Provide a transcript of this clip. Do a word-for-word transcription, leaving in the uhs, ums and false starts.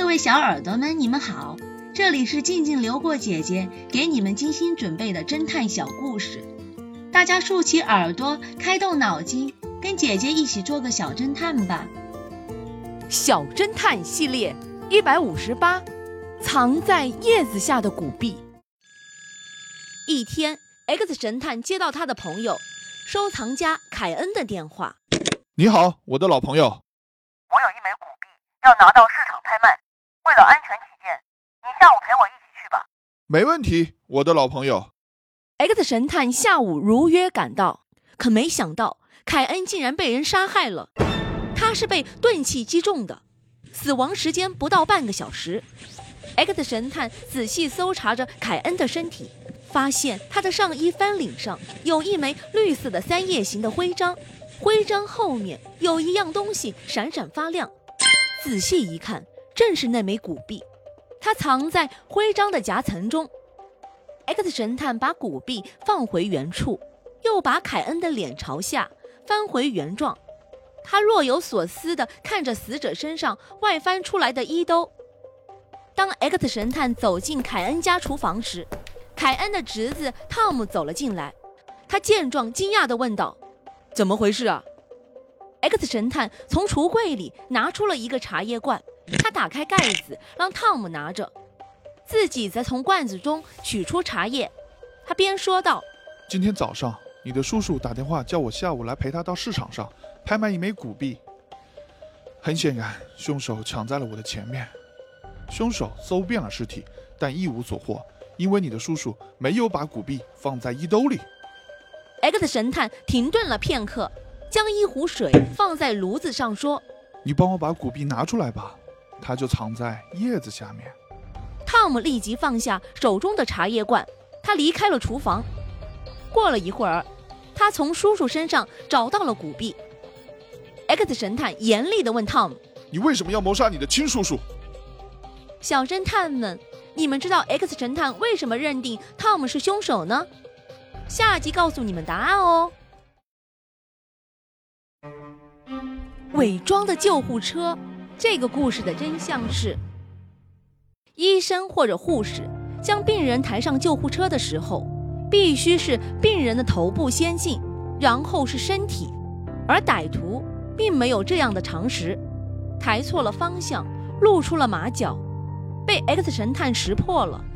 各位小耳朵们，你们好，这里是静静流过姐姐给你们精心准备的侦探小故事，大家竖起耳朵，开动脑筋，跟姐姐一起做个小侦探吧。 小侦探系列一百五十八，藏在叶子下的古币。一天 X 神探接到他的朋友收藏家凯恩的电话。 你好，我的老朋友， 我有一枚古币要拿到市场拍卖，为了安全起见，你下午陪我一起去吧。 没问题，我的老朋友。 X 神探下午如约赶到，可没想到凯恩竟然被人杀害了，他是被钝器击中的，死亡时间不到半个小时。 X 神探仔细搜查着凯恩的身体，发现他的上衣翻领上有一枚绿色的三叶形的徽章，徽章后面有一样东西闪闪发亮，仔细一看，正是那枚古币，它藏在徽章的夹层中。 X 神探把古币放回原处，又把凯恩的脸朝下翻回原状，他若有所思地看着死者身上外翻出来的衣兜。当 X 神探走进凯恩家厨房时，凯恩的侄子汤姆走了进来，他见状惊讶地问道：怎么回事啊？ X 神探从橱柜里拿出了一个茶叶罐，他打开盖子让汤姆拿着，自己则从罐子中取出茶叶，他边说道： 今天早上你的叔叔打电话叫我下午来陪他到市场上拍卖一枚古币，很显然凶手抢在了我的前面。凶手搜遍了尸体，但一无所获，因为你的叔叔没有把古币放在衣兜里。 X 神探停顿了片刻，将一壶水放在炉子上说： 你帮我把古币拿出来吧，它就藏在叶子下面。 汤姆立即放下手中的茶叶罐，他离开了厨房。过了一会儿，他从叔叔身上找到了古币。 X 神探严厉地问汤姆： 你为什么要谋杀你的亲叔叔？ 小侦探们，你们知道 X 神探为什么认定汤姆是凶手呢？下集告诉你们答案哦。伪装的救护车，这个故事的真相是，医生或者护士将病人抬上救护车的时候，必须是病人的头部先进，然后是身体，而歹徒并没有这样的常识，抬错了方向，露出了马脚，被 X 神探识破了。